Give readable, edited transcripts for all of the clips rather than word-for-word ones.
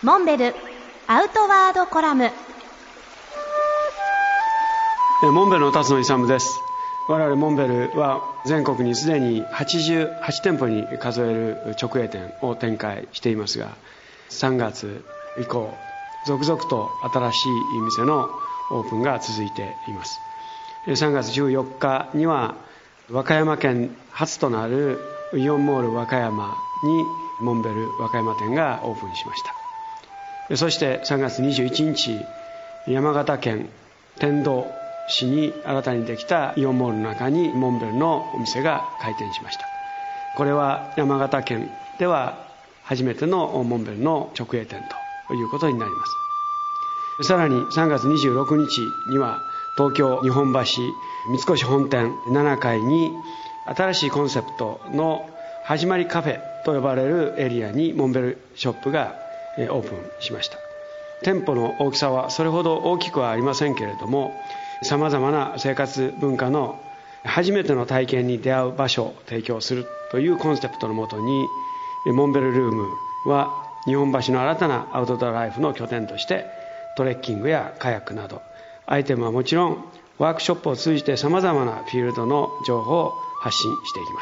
モンベルアウトワードコラム。 モンベルの辰野勇です。我々モンベルは全国にすでに88店舗に数える直営店を展開していますが、3月以降続々と新しい店のオープンが続いています。3月14日には和歌山県初となるイオンモール和歌山にモンベル和歌山店がオープンしました。そして3月21日山形県天童市に新たにできたイオンモールの中にモンベルのお店が開店しました。これは山形県では初めてのモンベルの直営店ということになります。さらに3月26日には東京日本橋三越本店7階に新しいコンセプトの始まりカフェと呼ばれるエリアにモンベルショップがオープンしました。店舗の大きさはそれほど大きくはありませんけれども、さまざまな生活文化の初めての体験に出会う場所を提供するというコンセプトのもとに、モンベルルームは日本橋の新たなアウトドアライフの拠点としてトレッキングやカヤックなどアイテムはもちろんワークショップを通じてさまざまなフィールドの情報を発信していきます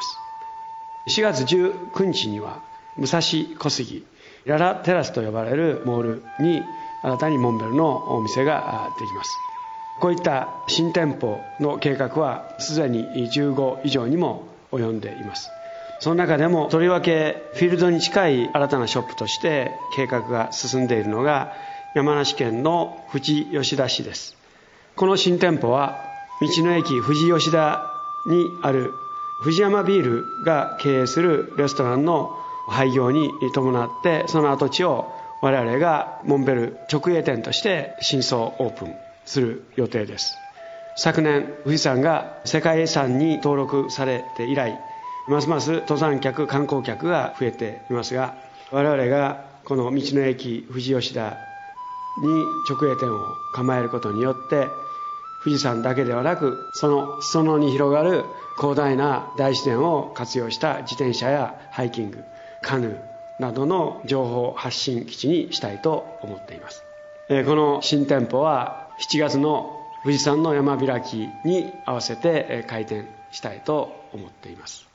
。4月19日には武蔵小杉ララテラスと呼ばれるモールに新たにモンベルのお店ができます。こういった新店舗の計画はすでに15以上にも及んでいます。その中でもとりわけフィールドに近い新たなショップとして計画が進んでいるのが山梨県の富士吉田市です。この新店舗は道の駅富士吉田にある富士山ビールが経営するレストランの廃業に伴ってその跡地を我々がモンベル直営店として新装オープンする予定です。昨年富士山が世界遺産に登録されて以来ますます登山客観光客が増えていますが、我々がこの道の駅富士吉田に直営店を構えることによって富士山だけではなくその裾野に広がる広大な大自然を活用した自転車やハイキング、カヌーなどの情報発信基地にしたいと思っています。この新店舗は7月の富士山の山開きに合わせて開店したいと思っています。